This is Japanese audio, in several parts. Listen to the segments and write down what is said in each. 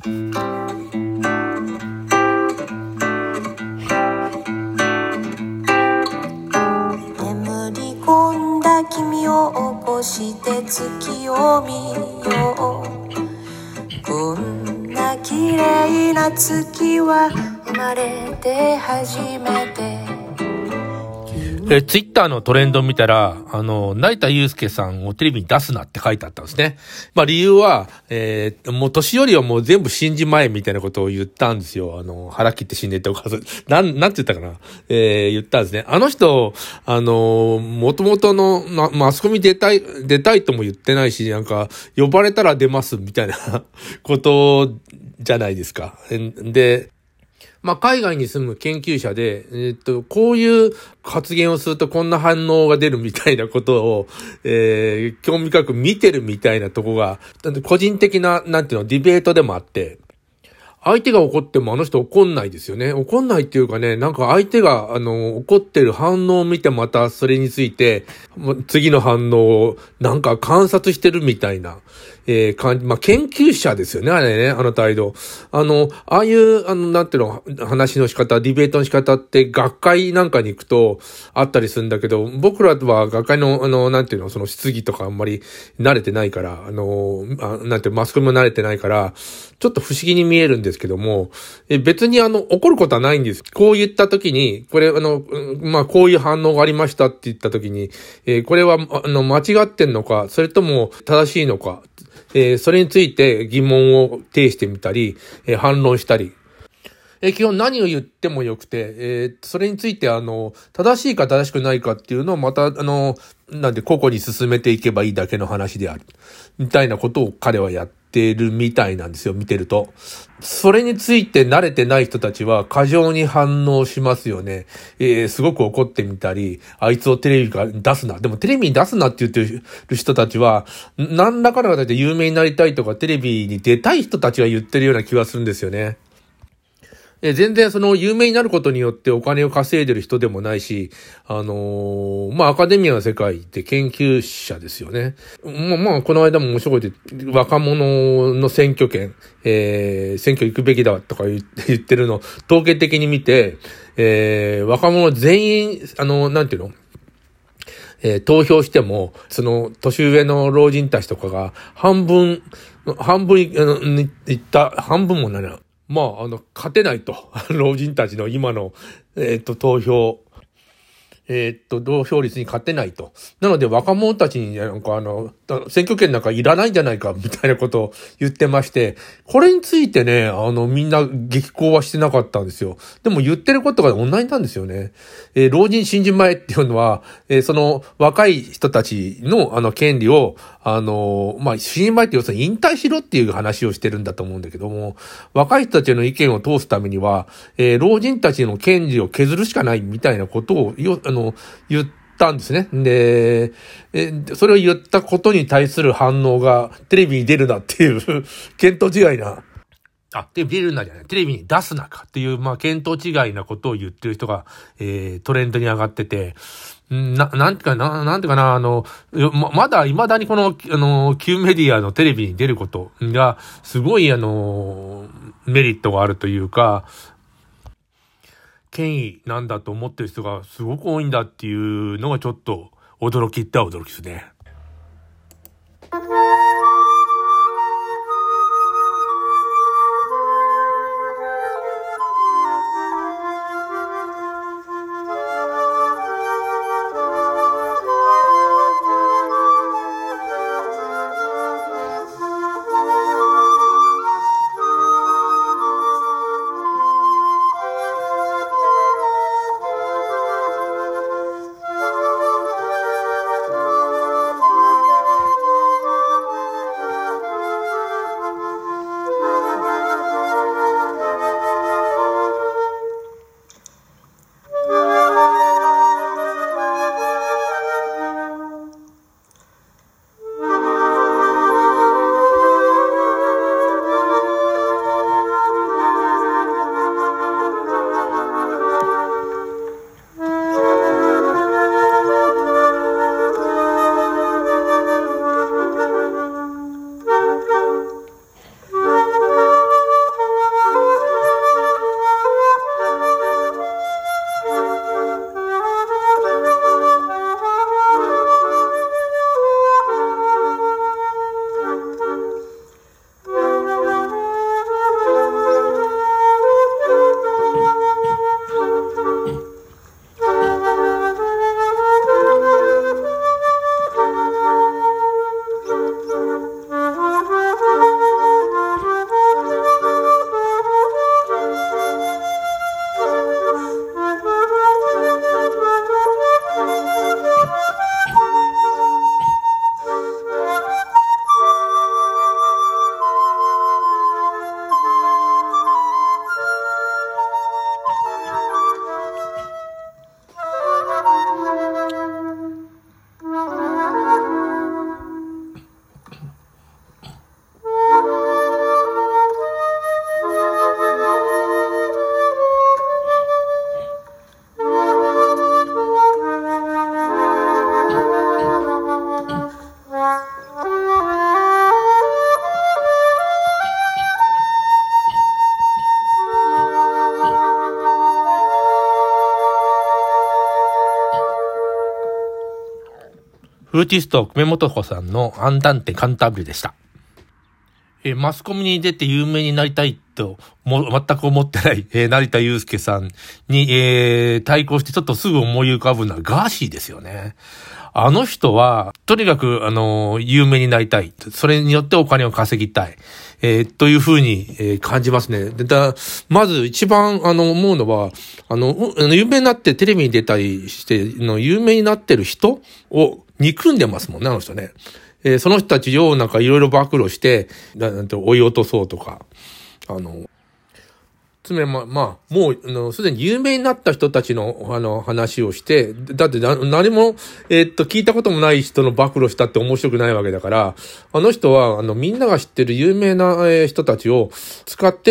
込んだ君を起こして月を見よう。こんな綺麗な月は生まれて初めて。 ツイッターのトレンドを見たら、成田悠輔さんをテレビに出すなって書いてあったんですね。まあ理由は、もう年寄りはもう全部死んじまえみたいなことを言ったんですよ。腹切って死んでってお母さん。なんて言ったかな。言ったんですね。あの人、元々の、マスコミ出たいとも言ってないし、なんか、呼ばれたら出ますみたいなことじゃないですか。で、まあ、海外に住む研究者で、こういう発言をするとこんな反応が出るみたいなことを、興味深く見てるみたいなとこが、個人的な、ディベートでもあって、相手が怒ってもあの人怒んないですよね。怒んないっていうかね、なんか相手が、怒ってる反応を見てまたそれについて、次の反応をなんか観察してるみたいな、まあ、研究者ですよね、あれね、あの態度。ああいう、話の仕方、ディベートの仕方って学会なんかに行くとあったりするんだけど、僕らは学会の、その質疑とかあんまり慣れてないから、マスコミも慣れてないから、ちょっと不思議に見えるんですけども、別に怒ることはないんです。こう言った時に、これまあ、こういう反応がありましたって言った時に、これは、間違ってんのか、それとも正しいのか、それについて疑問を呈してみたり、反論したり。基本何を言ってもよくて、それについて正しいか正しくないかっていうのをまた、個々に進めていけばいいだけの話である。みたいなことを彼はやってるみたいなんですよ、見てると。それについて慣れてない人たちは過剰に反応しますよね。すごく怒ってみたり、あいつをテレビから出すな。でもテレビに出すなって言ってる人たちは、何らかの形で有名になりたいとかテレビに出たい人たちが言ってるような気がするんですよね。全然その有名になることによってお金を稼いでる人でもないし、まあアカデミアの世界って研究者ですよね。まあこの間も面白いで若者の選挙権、選挙行くべきだとか言ってるの統計的に見て、若者全員投票しても、その年上の老人たちとかが半分いった半分もないな。まあ、勝てないと。老人たちの今の、投票、投票率に勝てないと。なので若者たちに選挙権なんかいらないんじゃないか、みたいなことを言ってまして、これについてね、みんな激高はしてなかったんですよ。でも言ってることが同じなんですよね。老人死んじまえっていうのは、その若い人たちの権利を、まあ、死にまえって要するに引退しろっていう話をしてるんだと思うんだけども、若い人たちの意見を通すためには、老人たちの権利を削るしかないみたいなことを言ったんですね。で、それを言ったことに対する反応がテレビに出るなっていう見当違いな。テレビ出るなじゃない。テレビに出すなかっていう、まあ、見当違いなことを言ってる人が、トレンドに上がってて、なんていうかな、まだ未だにこの、旧メディアのテレビに出ることが、すごい、メリットがあるというか、権威なんだと思ってる人がすごく多いんだっていうのがちょっと驚きって驚きですね。 フルーティスト、久米元子さんのアンダンテカンタービレでした。マスコミに出て有名になりたいと全く思ってない、成田悠輔さんに、対抗してちょっとすぐ思い浮かぶのはガーシーですよね。あの人は、とにかく、有名になりたい。それによってお金を稼ぎたい。というふうに、感じますね。まず一番、思うのは、有名になってテレビに出たりして、有名になってる人を憎んでますもんね、あの人ね。その人たちをなんかいろいろ暴露して、追い落とそうとか、つまりもう、すでに有名になった人たちの、話をして、だって何も、聞いたこともない人の暴露したって面白くないわけだから、あの人は、みんなが知ってる有名な、人たちを使って、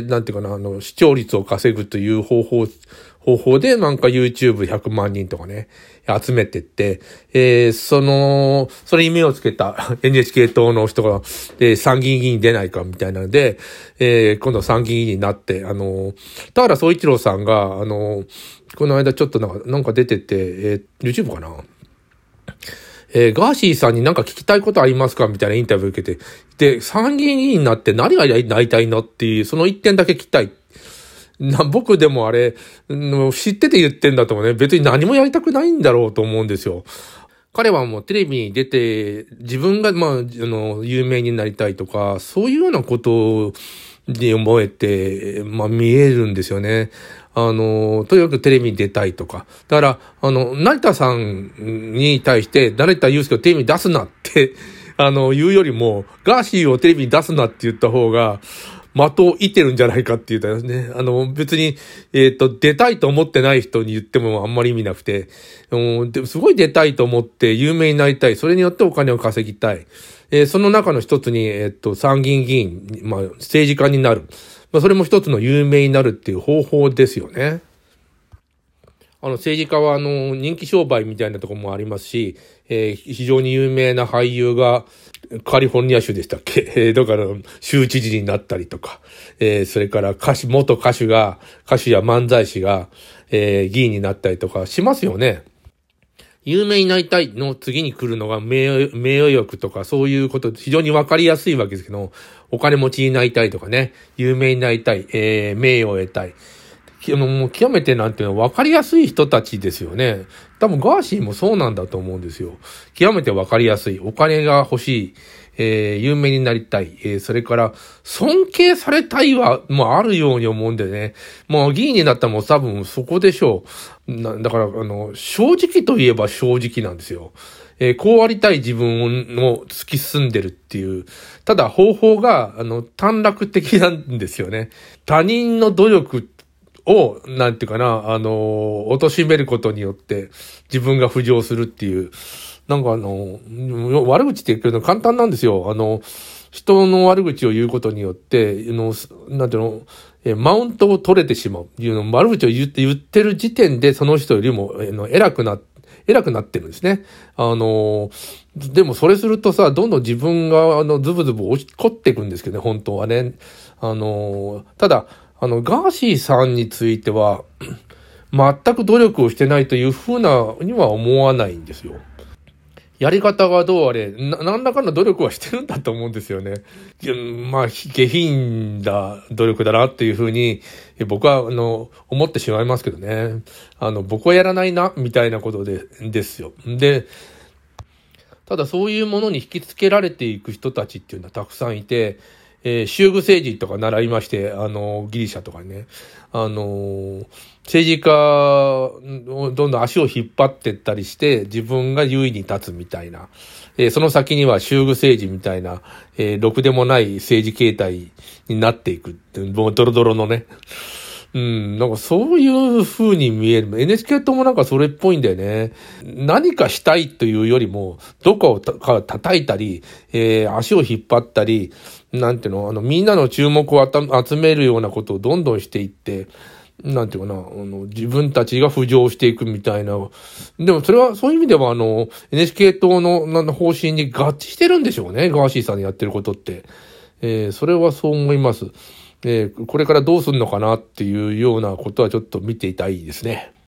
なんていうかな、視聴率を稼ぐという方法で、なんか YouTube100 万人とかね、集めてって、それに目をつけたNHK 党の人が、参議院議員出ないかみたいなので、今度参議院議員になって、田原総一郎さんが、この間ちょっとなんか出てて、YouTube かな、ガーシーさんに何か聞きたいことありますかみたいなインタビュー受けて、で、参議院議員になって何がなりたいのっていう、その一点だけ聞きたい。僕でもあれ、知ってて言ってんだともね、別に何もやりたくないんだろうと思うんですよ。彼はもうテレビに出て、自分が有名になりたいとか、そういうようなことに思えて、見えるんですよね。とにかくテレビに出たいとか。だから、成田さんに対して、成田悠輔をテレビに出すなって、言うよりも、ガーシーをテレビに出すなって言った方が、的を射てるんじゃないかって言ったらね、別に、出たいと思ってない人に言ってもあんまり意味なくて、すごい出たいと思って有名になりたい。それによってお金を稼ぎたい。その中の一つに、参議院議員、政治家になる。それも一つの有名になるっていう方法ですよね。政治家は人気商売みたいなところもありますし、非常に有名な俳優がカリフォルニア州でしたっけだから州知事になったりとか、それから元歌手や漫才師が、議員になったりとかしますよね。有名になりたいの次に来るのが名誉欲とかそういうこと、非常にわかりやすいわけですけど、お金持ちになりたいとかね、有名になりたい、名誉を得たい。もう極めてなんていうのは分かりやすい人たちですよね。多分ガーシーもそうなんだと思うんですよ。極めて分かりやすい。お金が欲しい。有名になりたい。それから尊敬されたいはもうあるように思うんでね。もう議員になったらもう多分そこでしょう。だから正直といえば正直なんですよ。こうありたい自分を突き進んでるっていう。ただ方法が短絡的なんですよね。他人の努力を、なんていうかな、貶めることによって自分が浮上するっていう、なんか悪口って言うの簡単なんですよ。人の悪口を言うことによって、なんていうの、マウントを取れてしまう。悪口を言ってる時点でその人よりも、偉くなってるんですね。でもそれするとさ、どんどん自分がズブズブ落ちこっていくんですけどね、本当はね。ただ、ガーシーさんについては、全く努力をしてないというふうなには思わないんですよ。やり方がどうあれ、何らかの努力はしてるんだと思うんですよね。下品な努力だなっていうふうに、僕は、思ってしまいますけどね。僕はやらないな、みたいなことですよ。で、ただそういうものに引きつけられていく人たちっていうのはたくさんいて、宗具政治とか習いまして、ギリシャとかね、政治家をどんどん足を引っ張ってったりして、自分が優位に立つみたいな、その先には宗具政治みたいな、ろくでもない政治形態になっていくって、もうドロドロのね、なんかそういう風に見える。NHK 党もなんかそれっぽいんだよね。何かしたいというよりも、どこを叩いたり、足を引っ張ったり、なんていうの、みんなの注目を集めるようなことをどんどんしていって、なんていうかな、自分たちが浮上していくみたいな。でもそれは、そういう意味ではNHK 党の方針に合致してるんでしょうね。ガーシーさんのやってることって。それはそう思います。これからどうするのかなっていうようなことはちょっと見ていたいですね。